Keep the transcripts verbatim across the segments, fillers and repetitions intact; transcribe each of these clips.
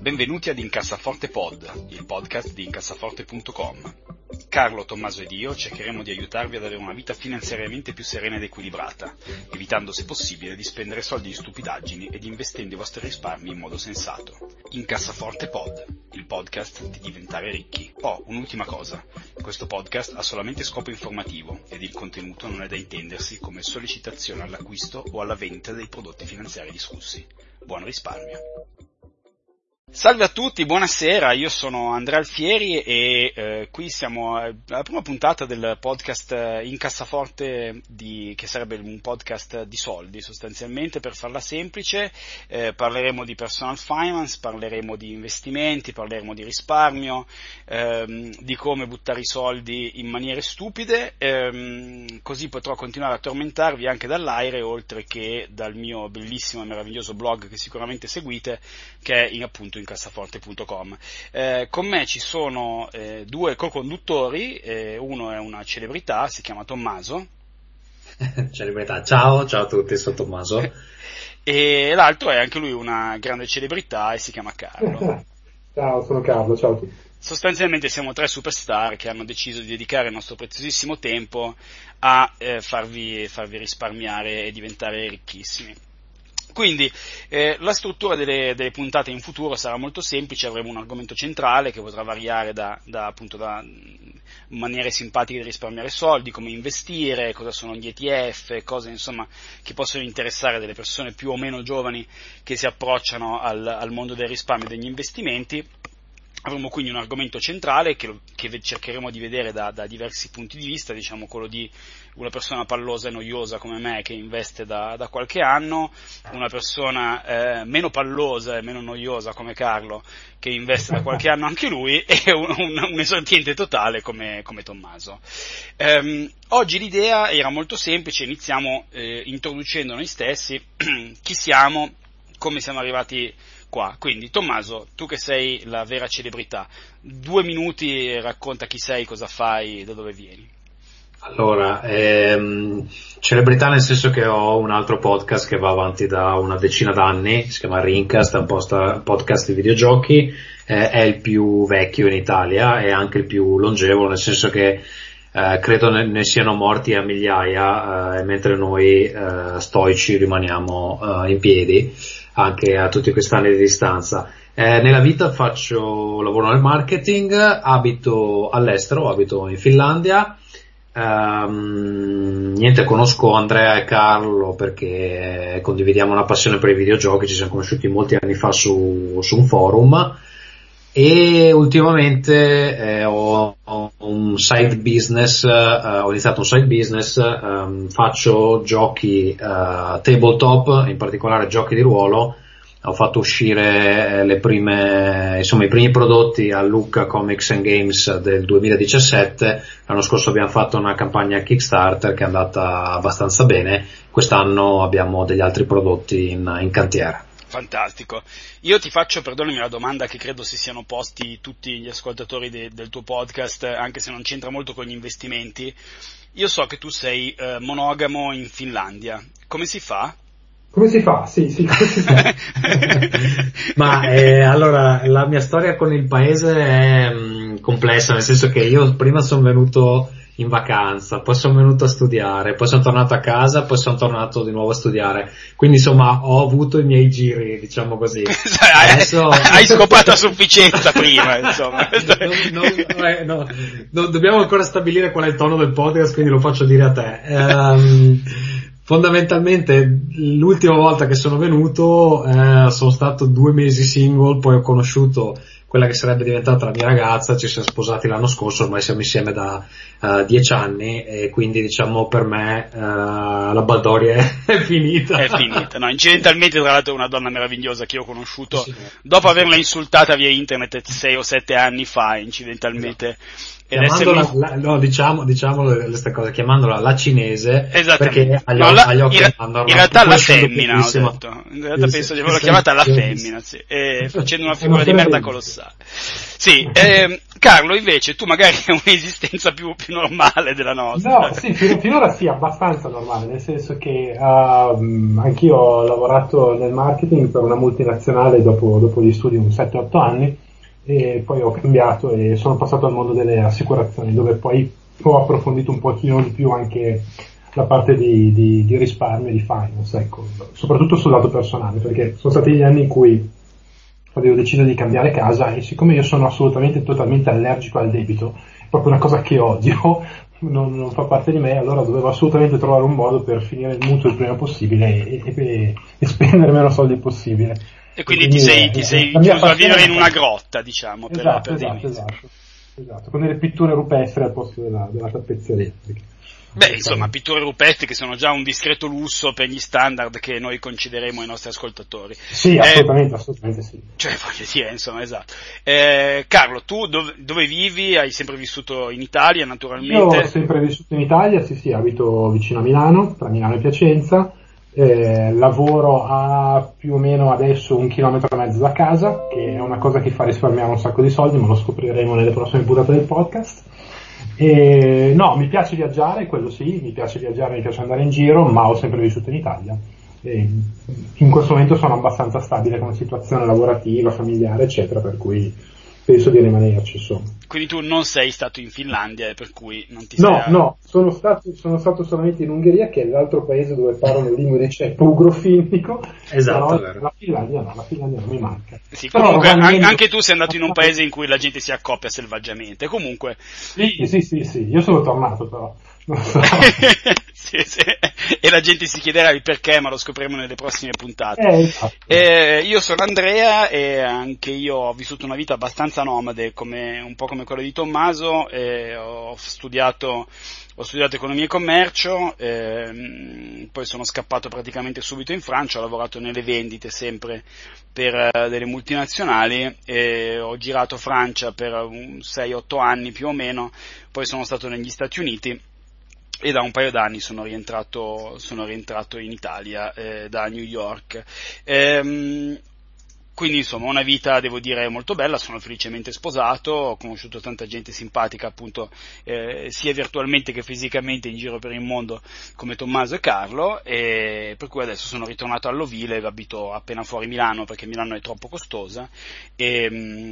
Benvenuti ad Incassaforte Pod, il podcast di incassaforte punto com. Carlo, Tommaso ed io cercheremo di aiutarvi ad avere una vita finanziariamente più serena ed equilibrata, evitando se possibile di spendere soldi in stupidaggini ed investendo i vostri risparmi in modo sensato. Incassaforte Pod, il podcast di diventare ricchi. Oh, un'ultima cosa, questo podcast ha solamente scopo informativo ed il contenuto non è da intendersi come sollecitazione all'acquisto o alla vendita dei prodotti finanziari discussi. Buon risparmio! Salve a tutti, buonasera, io sono Andrea Alfieri e eh, qui siamo alla prima puntata del podcast eh, Incassaforte, di, che sarebbe un podcast di soldi sostanzialmente, per farla semplice. Eh, parleremo di personal finance, parleremo di investimenti, parleremo di risparmio, ehm, di come buttare i soldi in maniere stupide, ehm, così potrò continuare a tormentarvi anche dall'aire, oltre che dal mio bellissimo e meraviglioso blog che sicuramente seguite, che è in, appunto incassaforte punto com. Eh, con me ci sono eh, due co-conduttori, eh, uno è una celebrità, si chiama Tommaso. Celebrità, ciao, ciao a tutti, sono Tommaso. E l'altro è anche lui una grande celebrità e si chiama Carlo. Ciao, sono Carlo, ciao a tutti. Sostanzialmente siamo tre superstar che hanno deciso di dedicare il nostro preziosissimo tempo a eh, farvi, farvi risparmiare e diventare ricchissimi. Quindi eh, la struttura delle, delle puntate in futuro sarà molto semplice, avremo un argomento centrale che potrà variare da, da, appunto, da maniere simpatiche di risparmiare soldi, come investire, cosa sono gli E T F, cose insomma che possono interessare delle persone più o meno giovani che si approcciano al, al mondo del risparmio e degli investimenti. Avremo quindi un argomento centrale che, che cercheremo di vedere da, da diversi punti di vista, diciamo quello di una persona pallosa e noiosa come me che investe da, da qualche anno, una persona eh, meno pallosa e meno noiosa come Carlo che investe da qualche anno anche lui, e un, un, un esordiente totale come, come Tommaso. Ehm, oggi l'idea era molto semplice, iniziamo eh, introducendo noi stessi, chi siamo, come siamo arrivati qua. Quindi Tommaso, tu che sei la vera celebrità, due minuti e racconta chi sei, cosa fai, da dove vieni. Allora, ehm, celebrità nel senso che ho un altro podcast che va avanti da una decina d'anni, si chiama Rincast, è un post- podcast di videogiochi, eh, è il più vecchio in Italia e anche il più longevo, nel senso che eh, credo ne, ne siano morti a migliaia, eh, mentre noi eh, stoici rimaniamo eh, in piedi anche a tutti questi anni di distanza. Eh, nella vita faccio lavoro nel marketing, abito all'estero, abito in Finlandia. Um, niente, conosco Andrea e Carlo perché condividiamo una passione per i videogiochi, ci siamo conosciuti molti anni fa su, su un forum, e ultimamente eh, ho, ho un side business, uh, ho iniziato un side business, um, faccio giochi uh, tabletop, in particolare giochi di ruolo. Ho fatto uscire le prime, insomma, i primi prodotti a Lucca Comics and Games del duemiladiciassette. L'anno scorso abbiamo fatto una campagna Kickstarter che è andata abbastanza bene. Quest'anno abbiamo degli altri prodotti in, in cantiere. Fantastico. Io ti faccio, perdonami, la domanda che credo si siano posti tutti gli ascoltatori de, del tuo podcast, anche se non c'entra molto con gli investimenti. Io so che tu sei eh, monogamo in Finlandia. Come si fa? Come si fa? Sì, sì, come si fa? Ma eh, allora, la mia storia con il paese è mh, complessa, nel senso che io prima sono venuto in vacanza, poi sono venuto a studiare, poi sono tornato a casa, poi sono tornato di nuovo a studiare, quindi insomma ho avuto i miei giri, diciamo così. Adesso... hai scopato a sufficienza prima, insomma. non, non, eh, no, non, dobbiamo ancora stabilire qual è il tono del podcast, quindi lo faccio dire a te. Um, Fondamentalmente l'ultima volta che sono venuto eh, sono stato due mesi single, poi ho conosciuto quella che sarebbe diventata la mia ragazza, ci siamo sposati l'anno scorso, ormai siamo insieme da uh, dieci anni, e quindi diciamo per me uh, la baldoria è, è finita. È finita, no, incidentalmente tra l'altro è una donna meravigliosa che io ho conosciuto sì, dopo averla insultata via internet sei o sette anni fa, incidentalmente. Esatto. chiamandola, la, no, diciamo, diciamo queste cose, chiamandola la cinese, perché agli, no, la, agli occhi in, mandano in realtà la femmina, ho detto. In realtà penso di averla chiamata la femmina, sì, e facendo una figura di merda colossale. Sì, eh, Carlo, invece, tu magari hai un'esistenza più, più normale della nostra. No, sì, fin, finora sì, abbastanza normale, nel senso che uh, anch'io ho lavorato nel marketing per una multinazionale dopo, dopo gli studi un sette otto anni, e poi ho cambiato e sono passato al mondo delle assicurazioni, dove poi ho approfondito un pochino di più anche la parte di, di, di risparmio e di finance, ecco, soprattutto sul lato personale, perché sono stati gli anni in cui avevo deciso di cambiare casa e siccome io sono assolutamente totalmente allergico al debito, è proprio una cosa che odio, non, non fa parte di me, allora dovevo assolutamente trovare un modo per finire il mutuo il prima possibile e, e, e spendere meno soldi possibile. E quindi, quindi ti sei, ti sei chiuso a vivere in una grotta, diciamo, per, esatto, per dei esatto, mesi. Esatto, esatto, con delle pitture rupestri al posto della, della tappezzeria. Beh, insomma, pitture rupestri che sono già un discreto lusso per gli standard che noi concederemo ai nostri ascoltatori. Sì, eh, assolutamente, assolutamente sì. Cioè, voglio dire, insomma, esatto. Eh, Carlo, tu dove, dove vivi? Hai sempre vissuto in Italia, naturalmente? Io ho sempre vissuto in Italia, sì, sì, abito vicino a Milano, tra Milano e Piacenza. Eh, lavoro a più o meno adesso un chilometro e mezzo da casa, che è una cosa che fa risparmiare un sacco di soldi, ma lo scopriremo nelle prossime puntate del podcast. E, no, mi piace viaggiare, quello sì, mi piace viaggiare, mi piace andare in giro, ma ho sempre vissuto in Italia. E in questo momento sono abbastanza stabile come situazione lavorativa, familiare, eccetera, per cui penso di rimanerci, insomma. Quindi tu non sei stato in Finlandia, per cui non ti no, sei... No, no, sono stato, sono stato solamente in Ungheria, che è l'altro paese dove parlano lingue di ceppo ugrofinnico. Esatto, però la Finlandia no, la Finlandia non mi manca. Sì, però comunque probabilmente... anche tu sei andato in un paese in cui la gente si accoppia selvaggiamente, comunque... Sì, sì, sì, sì, io sono tornato però. Non so. Sì, sì. E la gente si chiederà il perché, ma lo scopriremo nelle prossime puntate. Eh, esatto. eh, io sono Andrea e anche io ho vissuto una vita abbastanza nomade, come, un po' come quella di Tommaso, e ho studiato, ho studiato economia e commercio, e poi sono scappato praticamente subito in Francia, ho lavorato nelle vendite sempre per uh, delle multinazionali, e ho girato Francia per um, sei otto anni più o meno, poi sono stato negli Stati Uniti, e da un paio d'anni sono rientrato, sono rientrato in Italia, eh, da New York. Ehm, Quindi insomma una vita, devo dire, molto bella, sono felicemente sposato, ho conosciuto tanta gente simpatica appunto eh, sia virtualmente che fisicamente in giro per il mondo come Tommaso e Carlo, e per cui adesso sono ritornato all'Ovile, abito appena fuori Milano perché Milano è troppo costosa e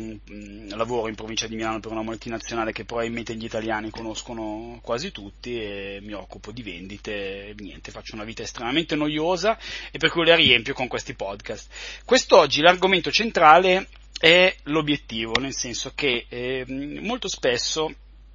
mh, lavoro in provincia di Milano per una multinazionale che probabilmente gli italiani conoscono quasi tutti e mi occupo di vendite e niente, faccio una vita estremamente noiosa e per cui la riempio con questi podcast. Quest'oggi l'argomento centrale è l'obiettivo, nel senso che eh, molto spesso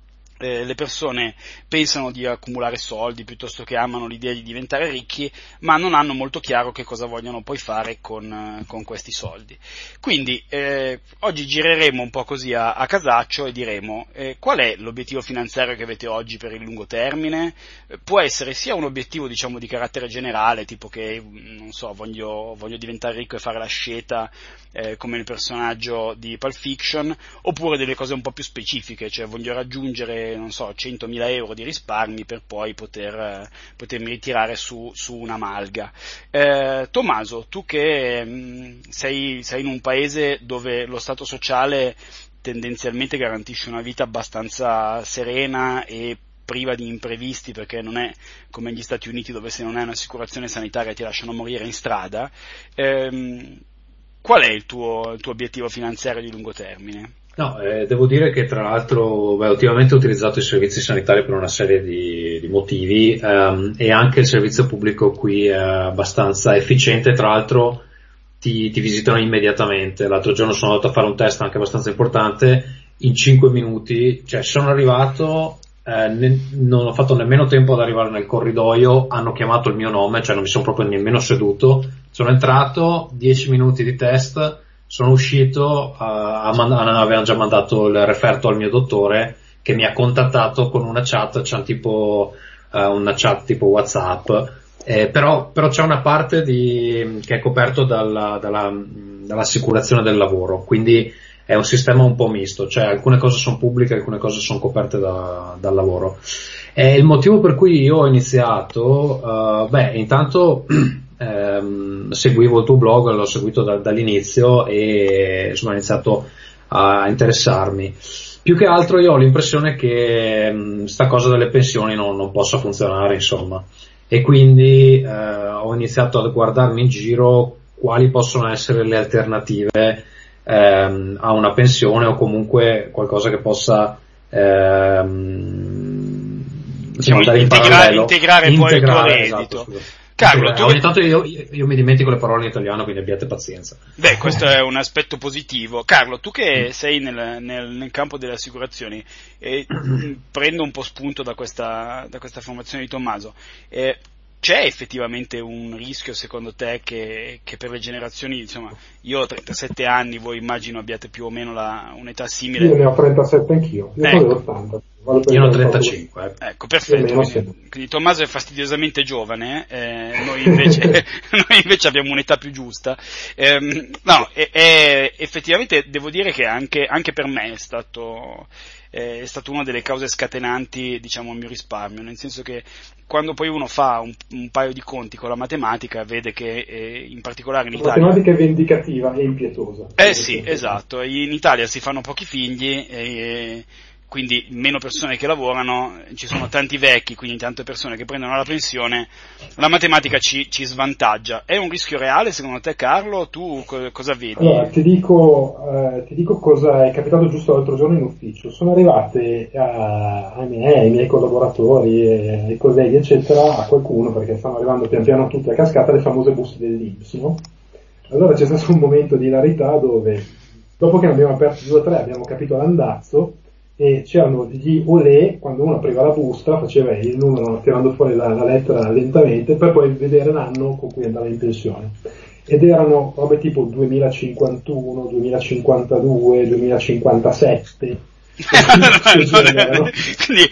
eh, le persone pensano di accumulare soldi piuttosto che amano l'idea di diventare ricchi, ma non hanno molto chiaro che cosa vogliono poi fare con, con questi soldi. Quindi eh, oggi gireremo un po' così a, a casaccio e diremo eh, qual è l'obiettivo finanziario che avete oggi per il lungo termine. Eh, può essere sia un obiettivo diciamo di carattere generale, tipo che non so, voglio, voglio diventare ricco e fare la sceta eh, come il personaggio di Pulp Fiction, oppure delle cose un po' più specifiche, cioè voglio raggiungere non so, centomila euro di risparmi per poi poter, eh, potermi ritirare su, su una malga. Eh, Tommaso, tu che mh, sei, sei in un paese dove lo stato sociale tendenzialmente garantisce una vita abbastanza serena e priva di imprevisti, perché non è come negli Stati Uniti dove se non hai un'assicurazione sanitaria ti lasciano morire in strada, ehm, qual è il tuo, il tuo obiettivo finanziario di lungo termine? No, eh, devo dire che tra l'altro beh, ultimamente ho utilizzato i servizi sanitari per una serie di, di motivi ehm, e anche il servizio pubblico qui è abbastanza efficiente, tra l'altro ti, ti visitano immediatamente. L'altro giorno sono andato a fare un test anche abbastanza importante, in cinque minuti, cioè sono arrivato, eh, ne, non ho fatto nemmeno tempo ad arrivare nel corridoio, hanno chiamato il mio nome, cioè non mi sono proprio nemmeno seduto, sono entrato, dieci minuti di test, sono uscito, uh, avevano già mandato il referto al mio dottore che mi ha contattato con una chat, c'è un tipo, uh, una chat tipo WhatsApp, eh, però, però c'è una parte di, che è coperto dalla, dalla, dall'assicurazione del lavoro, quindi è un sistema un po' misto, cioè alcune cose sono pubbliche, alcune cose sono coperte da, dal lavoro. E il motivo per cui io ho iniziato, uh, beh, intanto ehm, seguivo il tuo blog, l'ho seguito da, dall'inizio e insomma ho iniziato a interessarmi. Più che altro io ho l'impressione che mh, sta cosa delle pensioni non, non possa funzionare, insomma, e quindi eh, ho iniziato a guardarmi in giro quali possono essere le alternative ehm, a una pensione o comunque qualcosa che possa ehm, diciamo, dare in integrare, parallelo, integrare, integrare poi il tuo esatto, reddito. Carlo, tu... ogni tanto io, io mi dimentico le parole in italiano, quindi abbiate pazienza. Beh, questo è un aspetto positivo. Carlo, tu che sei nel, nel, nel campo delle assicurazioni, eh, prendo un po' spunto da questa, da questa formazione di Tommaso, eh, c'è effettivamente un rischio secondo te che, che per le generazioni, insomma, io ho trentasette anni, voi immagino abbiate più o meno la, un'età simile. Io ne ho trentasette anch'io, io ecco. sono ottanta. Io ne ho trentacinque. Eh. Ecco, perfetto. Quindi, quindi Tommaso è fastidiosamente giovane, eh, noi, invece, noi invece abbiamo un'età più giusta. Eh, no, è, è, effettivamente devo dire che anche, anche per me è stato... è stato una delle cause scatenanti, diciamo, il mio risparmio, nel senso che quando poi uno fa un, un paio di conti con la matematica vede che eh, in particolare in la Italia... La matematica è vendicativa e impietosa. Eh sì, esatto, in Italia si fanno pochi figli e quindi meno persone che lavorano, ci sono tanti vecchi, quindi tante persone che prendono la pensione, la matematica ci, ci svantaggia. È un rischio reale secondo te, Carlo? Tu co- cosa vedi? Allora, ti dico, eh, ti dico cosa è capitato giusto l'altro giorno in ufficio. Sono arrivate a, ai, miei, ai miei collaboratori, ai colleghi eccetera, a qualcuno, perché stanno arrivando pian piano tutte a cascata le famose buste dell'I N P S, no? Allora c'è stato un momento di ilarità dove, dopo che ne abbiamo aperto due o tre, abbiamo capito l'andazzo, e c'erano degli olè, quando uno apriva la busta faceva il numero tirando fuori la, la lettera lentamente per poi vedere l'anno con cui andava in pensione, ed erano robe tipo duemilacinquantuno, duemilacinquantadue, duemilacinquantasette quindi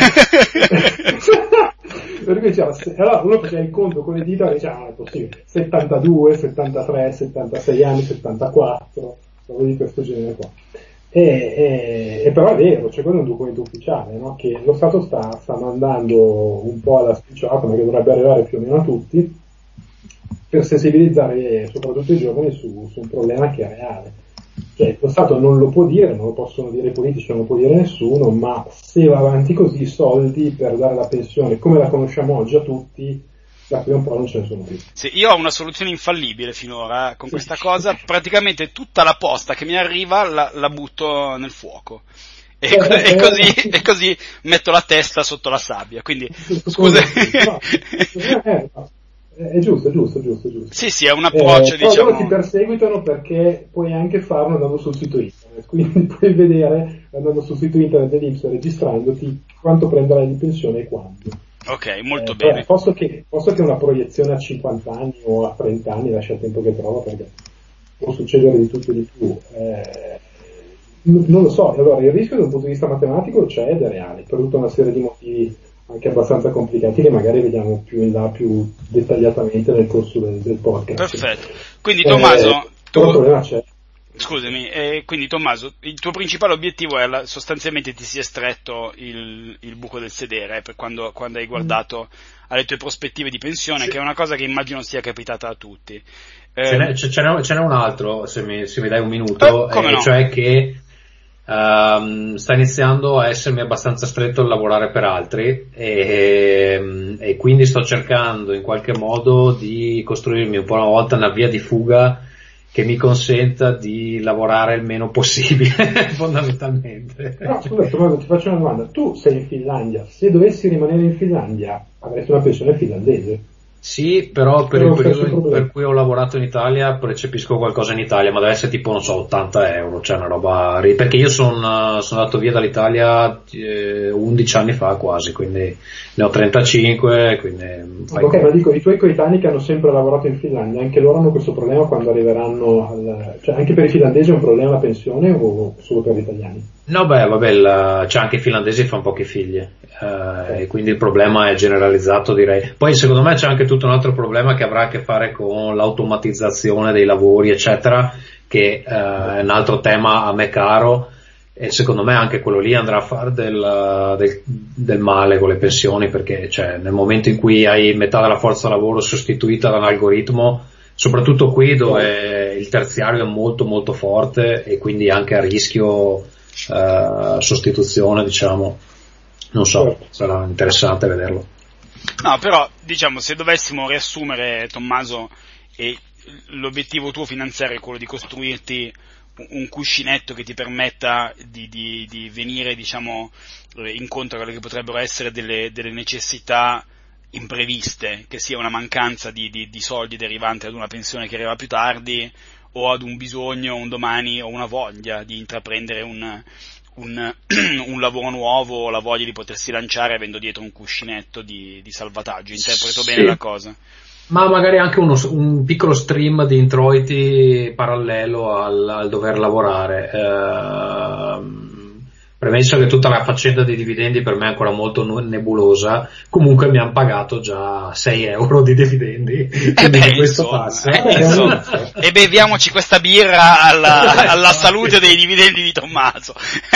per cui diceva, allora uno faceva il conto con le dita e diceva, ah, non è possibile, settantadue, settantatré, settantasei anni, settantaquattro, roba di questo genere qua. E, e, e però è vero, c'è quello è un documento ufficiale, no? Che lo Stato sta, sta mandando un po' alla spicciolata, ma che dovrebbe arrivare più o meno a tutti, per sensibilizzare soprattutto i giovani su, su un problema che è reale. Cioè, lo Stato non lo può dire, non lo possono dire i politici, non lo può dire nessuno, ma se va avanti così i soldi per dare la pensione come la conosciamo oggi a tutti, da qui un po' non ce ne sono più. Sì, io ho una soluzione infallibile finora con questa cosa, praticamente tutta la posta che mi arriva la, la butto nel fuoco e, eh, e, così, e così metto la testa sotto la sabbia, quindi scusa. No, eh, no. È giusto, è giusto, è giusto, è giusto. Sì, sì, è un approccio, eh, diciamo. Però loro ti perseguitano perché puoi anche farlo andando sul sito internet, quindi puoi vedere andando sul sito internet dell'I N P S, registrandoti, quanto prenderai di pensione e quanto. Ok, molto eh, bene. Beh, posso, che, posso che una proiezione a cinquanta anni o a trenta anni lascia il tempo che trova, perché può succedere di tutto e di più. Eh, non lo so, allora il rischio da un punto di vista matematico c'è ed è reale, per tutta una serie di motivi anche abbastanza complicati che magari vediamo più in là, più dettagliatamente nel corso del, del podcast. Perfetto. Quindi Tommaso, eh, tu... il problema c'è. Scusami, eh, quindi Tommaso, il tuo principale obiettivo è la, sostanzialmente ti si è stretto il, il buco del sedere eh, per quando, quando hai guardato alle tue prospettive di pensione, sì. Che è una cosa che immagino sia capitata a tutti. Eh, ce, n'è, ce, n'è, ce n'è un altro, se mi, se mi dai un minuto, eh, come eh, no? Cioè che um, sta iniziando a essermi abbastanza stretto il lavorare per altri e, e quindi sto cercando in qualche modo di costruirmi un po' una volta una via di fuga che mi consenta di lavorare il meno possibile, fondamentalmente. No, scusa, Tommaso, ti faccio una domanda. Tu sei in Finlandia, se dovessi rimanere in Finlandia avresti una pensione finlandese? Sì, però per il periodo per cui ho lavorato in Italia percepisco qualcosa in Italia, ma deve essere tipo, non so, ottanta euro, cioè una roba, perché io sono sono andato via dall'Italia eh, undici anni fa quasi, quindi ne ho trentacinque, quindi... Fai ok, ma dico, i tuoi coetanei che hanno sempre lavorato in Finlandia, anche loro hanno questo problema quando arriveranno al... cioè anche per i finlandesi è un problema la pensione o solo per gli italiani? No, beh, vabbè, il, cioè anche i finlandesi fanno poche figlie, eh, e quindi il problema è generalizzato, direi. Poi secondo me c'è anche tutto un altro problema che avrà a che fare con l'automatizzazione dei lavori, eccetera, che uh, è un altro tema a me caro, e secondo me anche quello lì andrà a fare del, del, del male con le pensioni, perché cioè, nel momento in cui hai metà della forza lavoro sostituita da un algoritmo, soprattutto qui dove il terziario è molto molto forte e quindi anche a rischio uh, sostituzione, diciamo, non so, sarà interessante vederlo. No, però diciamo, se dovessimo riassumere, Tommaso, e l'obiettivo tuo finanziario è quello di costruirti un cuscinetto che ti permetta di, di, di venire, diciamo, incontro a quelle che potrebbero essere delle, delle necessità impreviste, che sia una mancanza di, di, di soldi derivante ad una pensione che arriva più tardi, o ad un bisogno un domani, o una voglia di intraprendere un, un, un lavoro nuovo, o la voglia di potersi lanciare avendo dietro un cuscinetto di, di salvataggio. Interpreto sì. bene la cosa? Ma magari anche uno, un piccolo stream di introiti parallelo al, al dover lavorare. Eh, premesso che tutta la faccenda dei dividendi per me è ancora molto nebulosa, comunque mi hanno pagato già sei euro di dividendi, eh quindi beh, questo insomma, passa. Eh, insomma, e beviamoci questa birra alla, alla salute dei dividendi di Tommaso.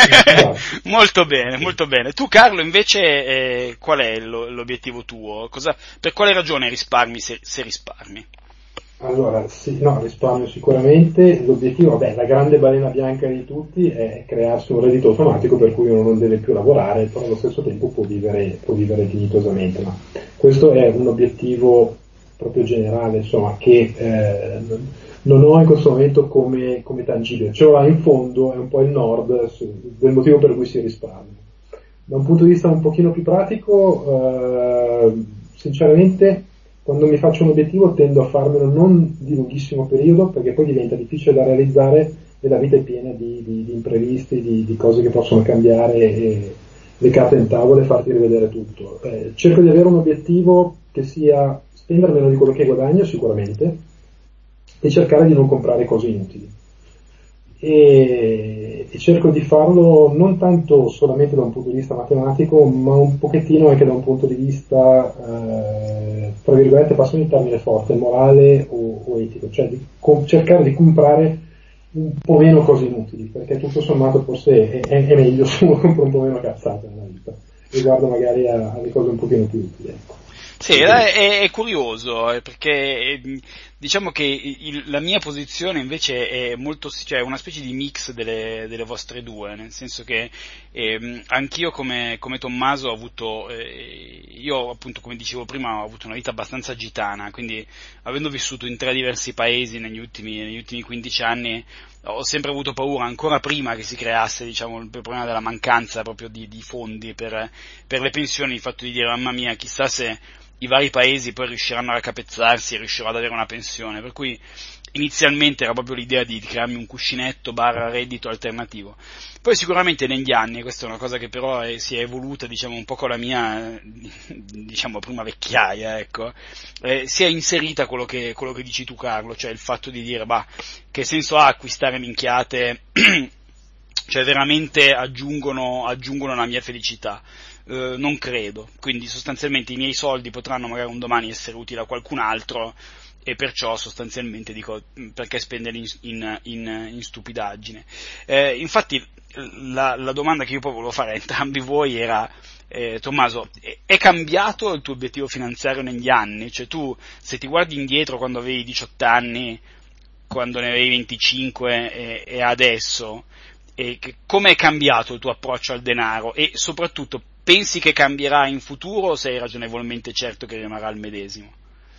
Molto bene, molto bene. Tu, Carlo, invece, eh, qual è lo, l'obiettivo tuo? Cosa, per quale ragione risparmi, se, se risparmi? Allora, sì, no, risparmio sicuramente. L'obiettivo, vabbè, la grande balena bianca di tutti è crearsi un reddito automatico per cui uno non deve più lavorare, però allo stesso tempo può vivere, può vivere dignitosamente. Ma questo è un obiettivo proprio generale, insomma, che eh, non ho in questo momento come, come tangibile. Ce l'ho là in fondo, è un po' il nord del motivo per cui si risparmia. Da un punto di vista un pochino più pratico, eh, sinceramente, quando mi faccio un obiettivo tendo a farmelo non di lunghissimo periodo, perché poi diventa difficile da realizzare e la vita è piena di, di, di imprevisti, di, di cose che possono cambiare e le carte in tavola e farti rivedere tutto. Eh, cerco di avere un obiettivo che sia spendere meno di quello che guadagno sicuramente e cercare di non comprare cose inutili. E, e cerco di farlo non tanto solamente da un punto di vista matematico, ma un pochettino anche da un punto di vista, eh, tra virgolette, passami il termine forte, morale o, o etico, cioè di com- cercare di comprare un po' meno cose inutili, perché tutto sommato forse è, è, è meglio se uno compra un po' meno cazzate nella vita e guarda magari a, alle cose un pochino più utili, ecco. Sì, è, è curioso, perché diciamo che il, la mia posizione invece è molto, cioè una specie di mix delle, delle vostre due, nel senso che eh, anch'io come, come Tommaso ho avuto, eh, io appunto come dicevo prima ho avuto una vita abbastanza gitana, quindi avendo vissuto in tre diversi paesi negli ultimi, negli ultimi quindici anni ho sempre avuto paura, ancora prima che si creasse, diciamo, il problema della mancanza proprio di, di fondi per, per le pensioni, il fatto di dire mamma mia, chissà se i vari paesi poi riusciranno a raccapezzarsi e riuscirò ad avere una pensione, per cui inizialmente era proprio l'idea di crearmi un cuscinetto barra reddito alternativo. Poi sicuramente negli anni, questa è una cosa che però è, si è evoluta, diciamo, un po' con la mia, diciamo, prima vecchiaia, ecco, eh, si è inserita quello che, quello che dici tu, Carlo, cioè il fatto di dire, bah, che senso ha acquistare minchiate, cioè veramente aggiungono, aggiungono la mia felicità. Uh, non credo, quindi sostanzialmente i miei soldi potranno magari un domani essere utili a qualcun altro e perciò sostanzialmente dico perché spenderli in, in, in, in stupidaggine. Eh, infatti la, la domanda che io poi volevo fare a entrambi voi era eh, Tommaso, è, è cambiato il tuo obiettivo finanziario negli anni? Cioè tu, se ti guardi indietro quando avevi diciotto anni, quando ne avevi venticinque e, e adesso, e che, come è cambiato il tuo approccio al denaro e soprattutto pensi che cambierà in futuro o sei ragionevolmente certo che rimarrà il medesimo?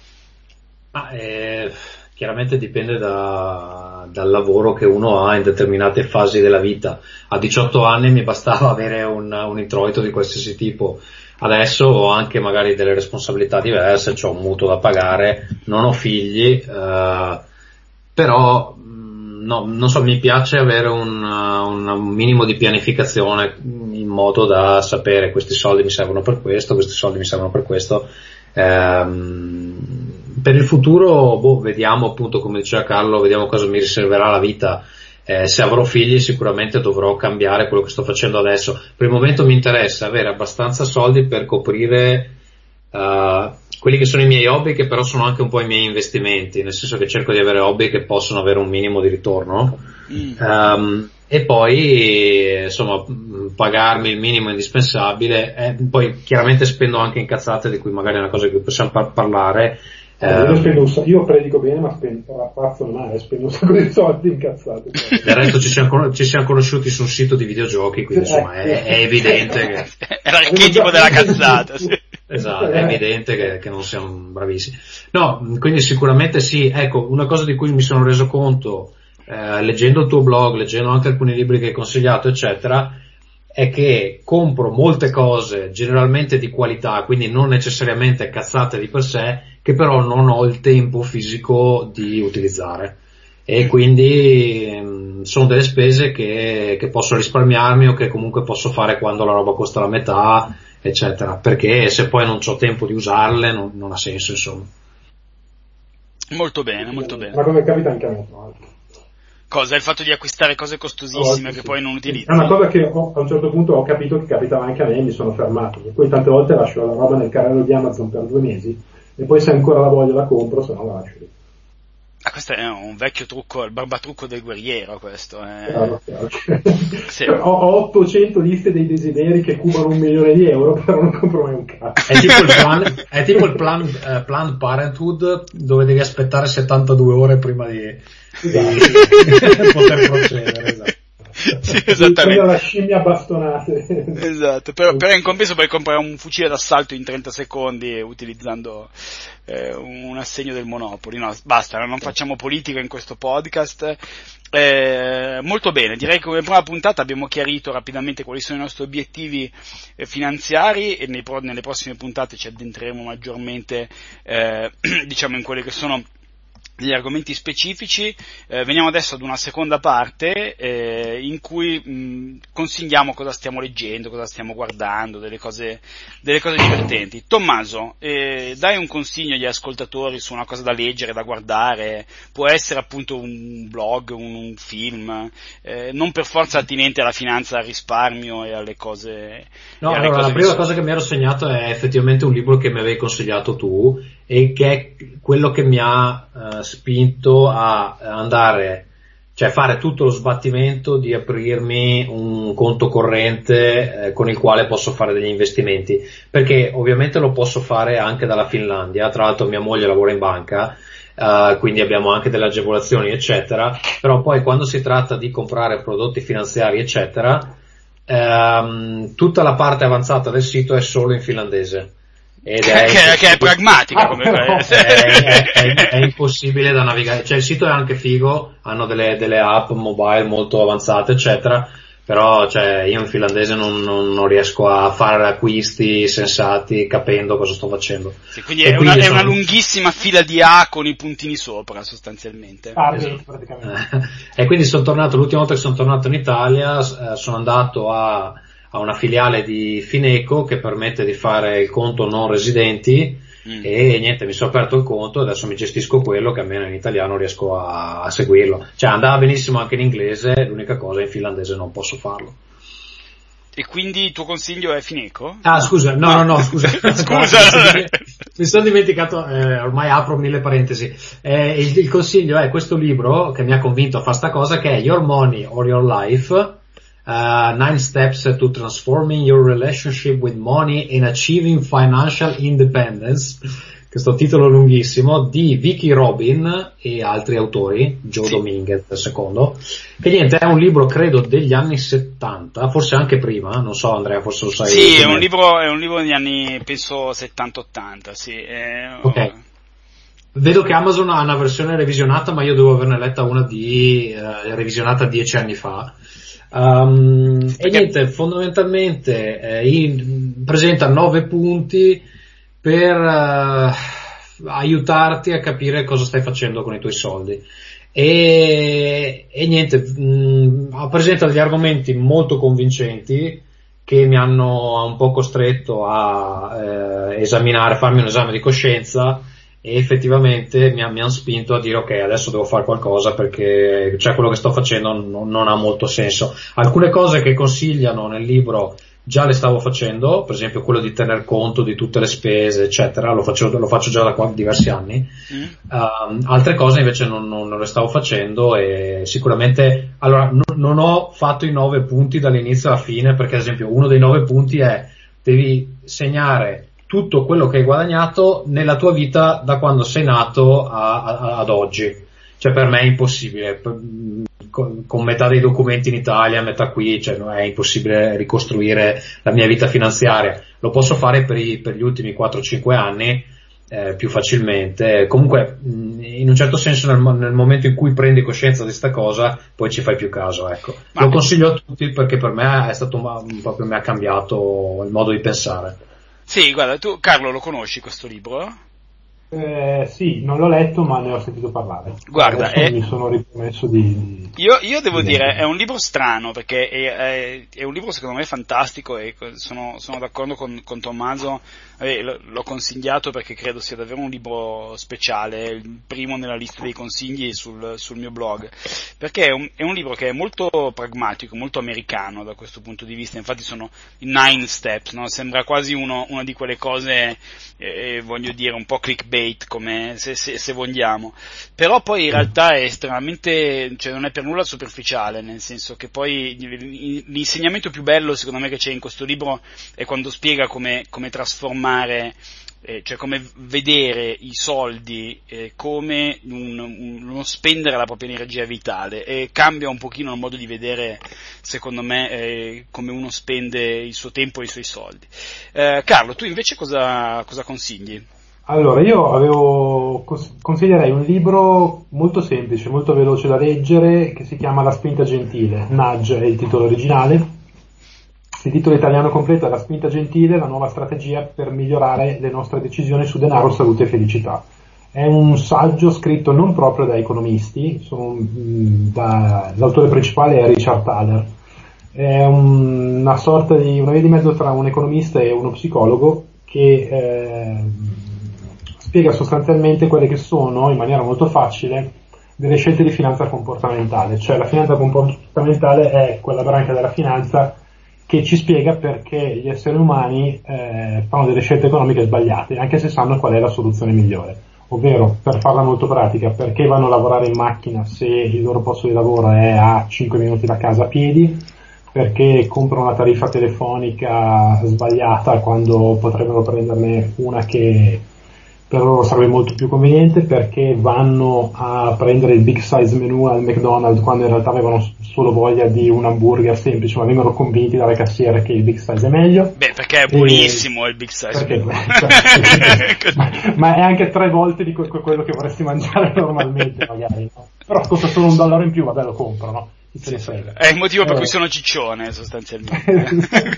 Ah, eh, chiaramente dipende da, dal lavoro che uno ha in determinate fasi della vita. A diciotto anni mi bastava avere un, un introito di qualsiasi tipo. Adesso ho anche magari delle responsabilità diverse, ho un mutuo da pagare, non ho figli, eh, però no, non so, mi piace avere un, un minimo di pianificazione in modo da sapere questi soldi mi servono per questo, questi soldi mi servono per questo. Ehm, per il futuro, boh, vediamo appunto, come diceva Carlo, vediamo cosa mi riserverà la vita. Eh, se avrò figli sicuramente dovrò cambiare quello che sto facendo adesso. Per il momento mi interessa avere abbastanza soldi per coprire uh, quelli che sono i miei hobby, che però sono anche un po' i miei investimenti, nel senso che cerco di avere hobby che possono avere un minimo di ritorno. Mm. Um, e poi insomma pagarmi il minimo indispensabile, e poi chiaramente spendo anche in cazzate, di cui magari è una cosa di cui possiamo par- parlare. Io, spendo un, io predico bene, ma spendo, pazzo non è, spendo un sacco di soldi incazzati. Del resto ci siamo, ci siamo conosciuti su un sito di videogiochi, quindi insomma è, è evidente che... È l'archetipo della cazzata, sì. Esatto, è evidente che, che non siamo bravissimi. No, quindi sicuramente sì. Ecco, una cosa di cui mi sono reso conto, eh, leggendo il tuo blog, leggendo anche alcuni libri che hai consigliato, eccetera, è che compro molte cose generalmente di qualità, quindi non necessariamente cazzate di per sé, che però non ho il tempo fisico di utilizzare, e quindi mh, sono delle spese che, che posso risparmiarmi o che comunque posso fare quando la roba costa la metà, eccetera, perché se poi non ho tempo di usarle non, non ha senso, insomma. Molto bene, molto bene. Ma come capita anche a me, no? Cosa? Il fatto di acquistare cose costosissime oh, che sì. poi non utilizzi? È una cosa che ho, a un certo punto ho capito che capitava anche a me e mi sono fermato. E poi tante volte lascio la roba nel carrello di Amazon per due mesi e poi se ancora la voglio la compro, se no la lascio lì. Ah, questo è un vecchio trucco, il barbatrucco del guerriero, questo. Eh. Chiaro, chiaro. Sì. ho, ho ottocento liste dei desideri che cubano un milione di euro, però non compro mai un cazzo. È tipo il plan, è tipo il plan, uh, Planned Parenthood, dove devi aspettare settantadue ore prima di, esatto. di poter procedere, esatto. Sì, esattamente. La scimmia bastonate. Esatto, però, però in compenso puoi comprare un fucile d'assalto in trenta secondi utilizzando eh, un assegno del Monopoli. No, basta, non facciamo politica in questo podcast. Eh, molto bene, direi che come prima puntata abbiamo chiarito rapidamente quali sono i nostri obiettivi eh, finanziari, e nei pro- nelle prossime puntate ci addentreremo maggiormente eh, diciamo in quelle che sono degli argomenti specifici. Eh, veniamo adesso ad una seconda parte eh, in cui mh, consigliamo cosa stiamo leggendo, cosa stiamo guardando, delle cose, delle cose divertenti. Tommaso, eh, dai un consiglio agli ascoltatori su una cosa da leggere, da guardare, può essere appunto un blog, un, un film, eh, non per forza attinente alla finanza, al risparmio e alle cose. No, alle allora cose la prima sono... cosa che mi ero segnato è effettivamente un libro che mi avevi consigliato tu, e che è quello che mi ha uh, spinto a andare, cioè fare tutto lo sbattimento di aprirmi un conto corrente eh, con il quale posso fare degli investimenti, perché ovviamente lo posso fare anche dalla Finlandia. Tra l'altro mia moglie lavora in banca, uh, quindi abbiamo anche delle agevolazioni eccetera, però poi quando si tratta di comprare prodotti finanziari eccetera, um, tutta la parte avanzata del sito è solo in finlandese. Ed è che, che è pragmatica come è, è, è, è impossibile da navigare, cioè il sito è anche figo, hanno delle, delle app mobile molto avanzate eccetera, però cioè io in finlandese non, non, non riesco a fare acquisti sensati capendo cosa sto facendo. Sì, quindi è, quindi una, sono... è una lunghissima fila di A con i puntini sopra sostanzialmente. Ah, esatto. Praticamente. E quindi sono tornato, l'ultima volta che sono tornato in Italia eh, sono andato a a una filiale di Fineco che permette di fare il conto non residenti mm. e niente, mi sono aperto il conto, adesso mi gestisco quello, che almeno in italiano riesco a, a seguirlo, cioè andava benissimo anche in inglese, l'unica cosa in finlandese non posso farlo. E quindi il tuo consiglio è Fineco? Ah scusa, no no no, scusa scusa mi sono dimenticato, eh, ormai apro mille parentesi. Eh, il, il consiglio è questo libro che mi ha convinto a fare sta cosa, che è Your Money or Your Life, Uh, nine steps to transforming your relationship with money and achieving financial independence. Questo titolo lunghissimo, di Vicky Robin e altri autori, Joe sì. Dominguez secondo, che niente, è un libro credo degli anni settanta, forse anche prima, non so Andrea, forse lo sai. Sì, è un libro, è un libro degli anni, penso settanta ottanta, sì. È... Ok. Vedo che Amazon ha una versione revisionata, ma io devo averne letta una di, uh, revisionata dieci anni fa. Um, e niente, fondamentalmente eh, in, presenta nove punti per uh, aiutarti a capire cosa stai facendo con i tuoi soldi, e, e niente, mh, presenta degli argomenti molto convincenti che mi hanno un po' costretto a eh, esaminare, farmi un esame di coscienza, e effettivamente mi, mi hanno spinto a dire ok, adesso devo fare qualcosa, perché cioè quello che sto facendo non, non ha molto senso. Alcune cose che consigliano nel libro già le stavo facendo, per esempio quello di tener conto di tutte le spese, eccetera, lo faccio, lo faccio già da qua, diversi anni. Mm. Uh, altre cose invece non, non, non le stavo facendo, e sicuramente, allora, no, non ho fatto i nove punti dall'inizio alla fine, perché ad esempio uno dei nove punti è devi segnare tutto quello che hai guadagnato nella tua vita da quando sei nato a, a, ad oggi. Cioè per me è impossibile, con, con metà dei documenti in Italia, metà qui, cioè è impossibile ricostruire la mia vita finanziaria. Lo posso fare per, i, per gli ultimi quattro cinque anni eh, più facilmente. Comunque in un certo senso nel, nel momento in cui prendi coscienza di sta cosa poi ci fai più caso, ecco. Ma lo consiglio a tutti perché per me è stato proprio, mi ha cambiato il modo di pensare. Sì, guarda, tu Carlo lo conosci questo libro? Eh, sì, non l'ho letto ma ne ho sentito parlare. Guarda, è... mi sono ripromesso di... Io, io devo di dire, è un libro strano, perché è, è, è un libro secondo me fantastico, e sono, sono d'accordo con, con Tommaso, eh, l'ho consigliato perché credo sia davvero un libro speciale, il primo nella lista dei consigli sul, sul mio blog, perché è un, è un libro che è molto pragmatico, molto americano da questo punto di vista. Infatti sono i nine steps, no? Sembra quasi uno, una di quelle cose, eh, voglio dire, un po' clickbait, come se, se, se vogliamo, però poi in realtà è estremamente, cioè non è per nulla superficiale, nel senso che poi l'insegnamento più bello secondo me che c'è in questo libro è quando spiega come, come trasformare, eh, cioè come vedere i soldi eh, come un, un, uno spendere la propria energia vitale, e cambia un pochino il modo di vedere, secondo me, eh, come uno spende il suo tempo e i suoi soldi. Eh, Carlo, tu invece cosa, cosa consigli? Allora, io avevo, consiglierei un libro molto semplice, molto veloce da leggere, che si chiama La spinta gentile, Nudge è il titolo originale. Il titolo italiano completo è La spinta gentile, la nuova strategia per migliorare le nostre decisioni su denaro, salute e felicità. È un saggio scritto non proprio da economisti, sono, da, l'autore principale è Richard Thaler. È un, una sorta di, una via di mezzo tra un economista e uno psicologo che... Eh, spiega sostanzialmente quelle che sono, in maniera molto facile, delle scelte di finanza comportamentale. Cioè la finanza comportamentale è quella branca della finanza che ci spiega perché gli esseri umani eh, fanno delle scelte economiche sbagliate, anche se sanno qual è la soluzione migliore. Ovvero, per farla molto pratica, perché vanno a lavorare in macchina se il loro posto di lavoro è a cinque minuti da casa a piedi, perché comprano una tariffa telefonica sbagliata quando potrebbero prenderne una che per loro sarebbe molto più conveniente, perché vanno a prendere il big size menu al McDonald's quando in realtà avevano solo voglia di un hamburger semplice, ma vengono convinti dalle cassiere che il big size è meglio. Beh, perché è buonissimo e... il big size perché... menu. ma, ma è anche tre volte di que- quello che vorresti mangiare normalmente, magari, no? Però costa solo un dollaro in più, vabbè, lo compro, no? Chi se ne frega. È il motivo per eh... cui sono ciccione, sostanzialmente.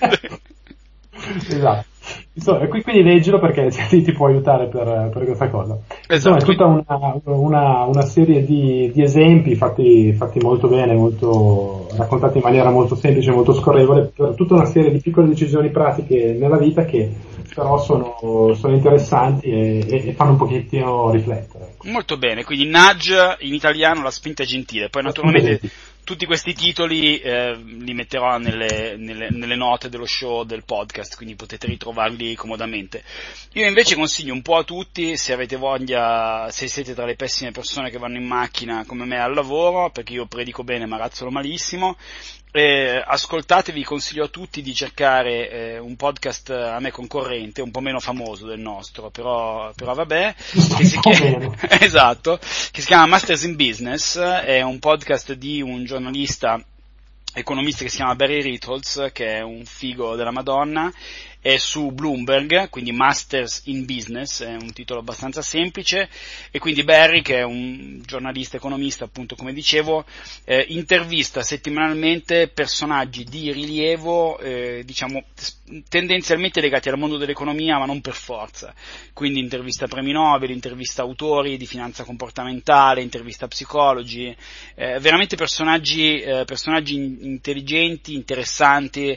Esatto. Insomma, quindi leggilo perché ti, ti può aiutare per, per questa cosa. Insomma, è tutta una, una, una serie di, di esempi fatti, fatti molto bene, molto, raccontati in maniera molto semplice, molto scorrevole, per tutta una serie di piccole decisioni pratiche nella vita che però sono, sono interessanti e, e fanno un pochettino riflettere. Molto bene, quindi Nudge in italiano, La spinta gentile. Poi naturalmente tutti questi titoli eh, li metterò nelle, nelle, nelle note dello show, del podcast, quindi potete ritrovarli comodamente. Io invece consiglio un po' a tutti, se avete voglia, se siete tra le pessime persone che vanno in macchina come me al lavoro, perché io predico bene ma razzolo malissimo, Eh, ascoltatevi, consiglio a tutti di cercare eh, un podcast a me concorrente, un po' meno famoso del nostro, però, però vabbè, che si chiama, esatto, che si chiama Masters in Business. È un podcast di un giornalista economista che si chiama Barry Ritholtz, che è un figo della Madonna. È su Bloomberg, quindi Masters in Business, è un titolo abbastanza semplice, e quindi Barry, che è un giornalista economista, appunto come dicevo, eh, intervista settimanalmente personaggi di rilievo, eh, diciamo tendenzialmente legati al mondo dell'economia, ma non per forza. Quindi intervista premi Nobel, intervista autori di finanza comportamentale, intervista psicologi, eh, veramente personaggi, eh, personaggi intelligenti, interessanti,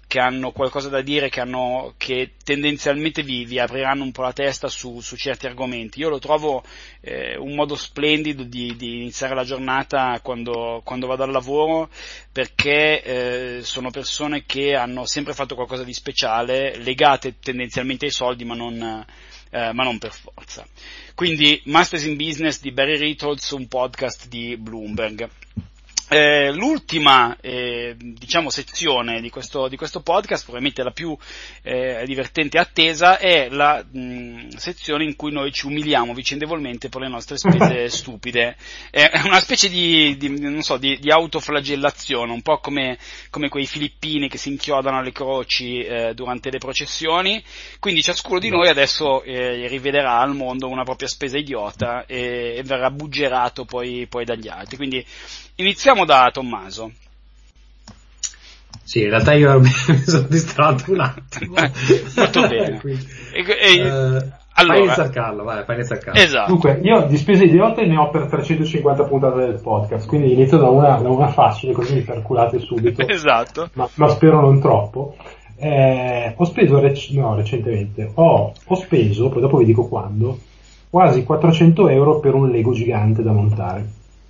che hanno qualcosa da dire, che hanno che tendenzialmente vi, vi apriranno un po' la testa su, su certi argomenti. Io lo trovo eh, un modo splendido di, di iniziare la giornata quando, quando vado al lavoro, perché eh, sono persone che hanno sempre fatto qualcosa di speciale, legate tendenzialmente ai soldi, ma non, eh, ma non per forza. Quindi Masters in Business di Barry Ritholtz, un podcast di Bloomberg. Eh, l'ultima eh, diciamo sezione di questo, di questo podcast, probabilmente la più eh, divertente e attesa, è la mh, sezione in cui noi ci umiliamo vicendevolmente per le nostre spese stupide. È una specie di, di non so, di, di autoflagellazione, un po' come, come quei filippini che si inchiodano alle croci eh, durante le processioni. Quindi ciascuno di noi adesso eh, rivederà al mondo una propria spesa idiota e, e verrà buggerato poi, poi dagli altri. Quindi iniziamo da Tommaso. Sì, in realtà io mi sono distratto un attimo. Molto bene. Quindi, e, e, uh, allora, fai iniziare Carlo, vai, fai iniziare Carlo. Esatto. Dunque, io di spese idiote ne ho per trecentocinquanta puntate del podcast, quindi inizio da una, da una facile, così mi perculate subito. Esatto. Ma, ma spero non troppo. Eh, ho speso, rec- no, recentemente, ho, ho speso, poi dopo vi dico quando, quasi quattrocento euro per un Lego gigante da montare.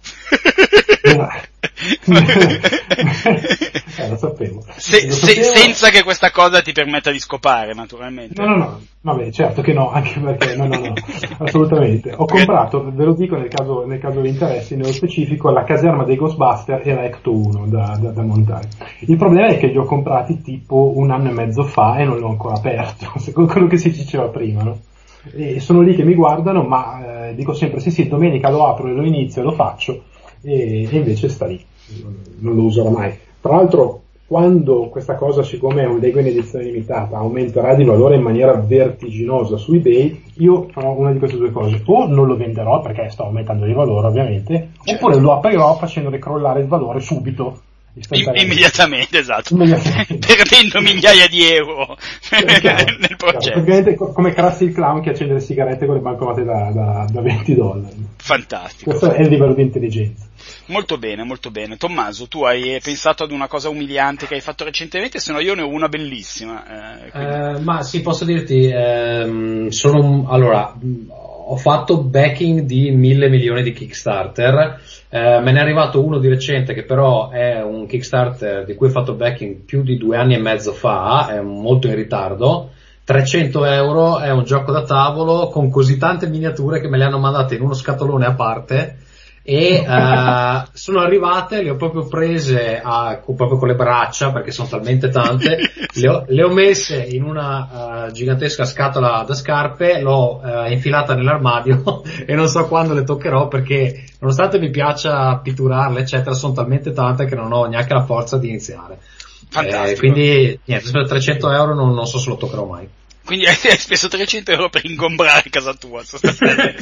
eh, lo sapevo. Se, lo se, sapevo. Senza che questa cosa ti permetta di scopare, naturalmente. No, no, no, vabbè, certo che no, anche perché, no, no, no, assolutamente. Ho comprato, ve lo dico nel caso, nel caso vi interessi, nello specifico, la caserma dei Ghostbuster e la Ecto uno da, da, da montare. Il problema è che li ho comprati tipo un anno e mezzo fa e non l'ho ancora aperto, secondo quello che si diceva prima, no? E sono lì che mi guardano, ma eh, dico sempre sì sì, domenica lo apro e lo inizio e lo faccio, e, e invece sta lì, non lo userò mai. Tra l'altro, quando questa cosa, siccome è un Lego in edizione limitata, aumenterà di valore in maniera vertiginosa su eBay, io farò una di queste due cose: o non lo venderò perché sto aumentando di valore ovviamente, certo, oppure lo aprirò facendone crollare il valore subito. Immediatamente, esatto, Immediatamente. Perdendo migliaia di euro chiaro, nel processo. Chiaro, praticamente come Krusty il Clown che accende le sigarette con le banconote da, da, da venti dollari. Fantastico. Questo è il livello di intelligenza. Molto bene, molto bene. Tommaso, tu hai pensato ad una cosa umiliante che hai fatto recentemente? Se no io ne ho una bellissima. Eh, eh, ma sì, posso dirti, ehm, sono, allora, ho fatto backing di mille milioni di Kickstarter. Eh, me ne è arrivato uno di recente che però è un Kickstarter di cui ho fatto backing più di due anni e mezzo fa, è molto in ritardo. trecento euro, è un gioco da tavolo con così tante miniature che me le hanno mandate in uno scatolone a parte e uh, sono arrivate, le ho proprio prese a, proprio con le braccia perché sono talmente tante, le ho, le ho messe in una uh, gigantesca scatola da scarpe, l'ho uh, infilata nell'armadio e non so quando le toccherò perché nonostante mi piaccia pitturarle eccetera, sono talmente tante che non ho neanche la forza di iniziare. Fantastico. Eh, quindi niente, per trecento euro non, non so se lo toccherò mai. Quindi hai speso trecento euro per ingombrare casa tua, sostanzialmente.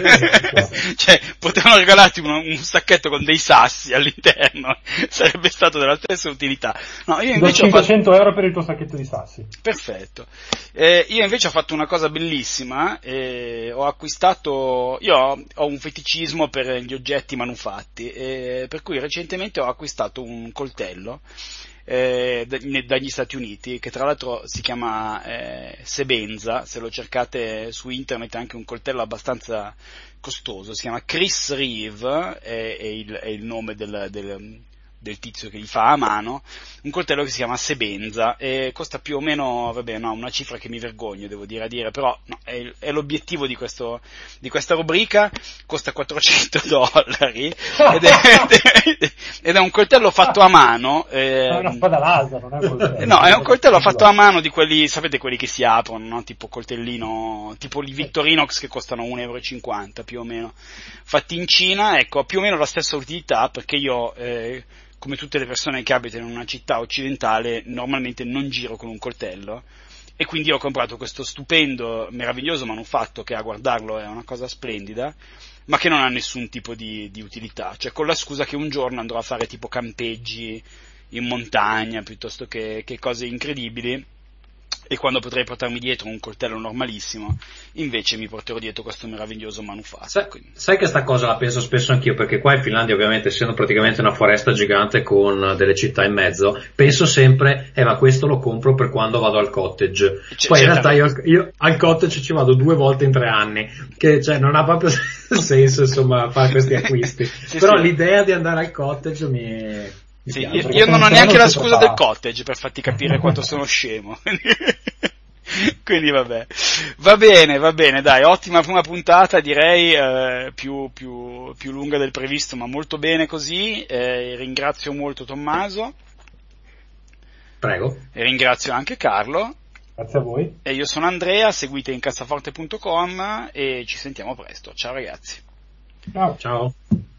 Cioè, potevano regalarti un, un sacchetto con dei sassi all'interno, sarebbe stato della stessa utilità. No, io invece cinquecento ho fatto... euro per il tuo sacchetto di sassi. Perfetto. Eh, io invece ho fatto una cosa bellissima, eh, ho acquistato, io ho, ho un feticismo per gli oggetti manufatti, eh, per cui recentemente ho acquistato un coltello Eh, dagli Stati Uniti, che tra l'altro si chiama eh, Sebenza. Se lo cercate su internet è anche un coltello abbastanza costoso, si chiama Chris Reeve, è, è, il, è il nome del, del, del tizio che gli fa a mano, un coltello che si chiama Sebenza e costa più o meno, vabbè, no, una cifra che mi vergogno, devo dire a dire, però no, è, è l'obiettivo di, questo, di questa rubrica, costa quattrocento dollari ed è, ed è un coltello fatto a mano. Eh, è una spada laser, non è un coltello. No, è un coltello fatto a mano di quelli, sapete, quelli che si aprono, no? Tipo coltellino, tipo i Victorinox che costano un euro e cinquanta più o meno, fatti in Cina. Ecco, più o meno la stessa utilità, perché io eh, come tutte le persone che abitano in una città occidentale, normalmente non giro con un coltello, e quindi ho comprato questo stupendo, meraviglioso manufatto che a guardarlo è una cosa splendida, ma che non ha nessun tipo di, di utilità, cioè con la scusa che un giorno andrò a fare tipo campeggi in montagna, piuttosto che, che cose incredibili, e quando potrei portarmi dietro un coltello normalissimo, invece mi porterò dietro questo meraviglioso manufatto. Sai, sai che sta cosa la penso spesso anch'io, perché qua in Finlandia, ovviamente, essendo praticamente una foresta gigante con delle città in mezzo, penso sempre, eh ma questo lo compro per quando vado al cottage. C- Poi in realtà io, io al cottage ci vado due volte in tre anni, che cioè non ha proprio senso, insomma, fare questi acquisti. sì, Però sì. l'idea di andare al cottage mi... Sì, io, io non ho neanche la scusa del cottage per farti capire quanto sono scemo. Quindi vabbè, va bene, va bene, dai, ottima prima puntata, direi eh, più, più, più lunga del previsto, ma molto bene così. Eh, ringrazio molto Tommaso. Prego. E ringrazio anche Carlo. Grazie a voi. E io sono Andrea, seguite incassaforte punto com e ci sentiamo presto. Ciao ragazzi. Ciao. Ciao.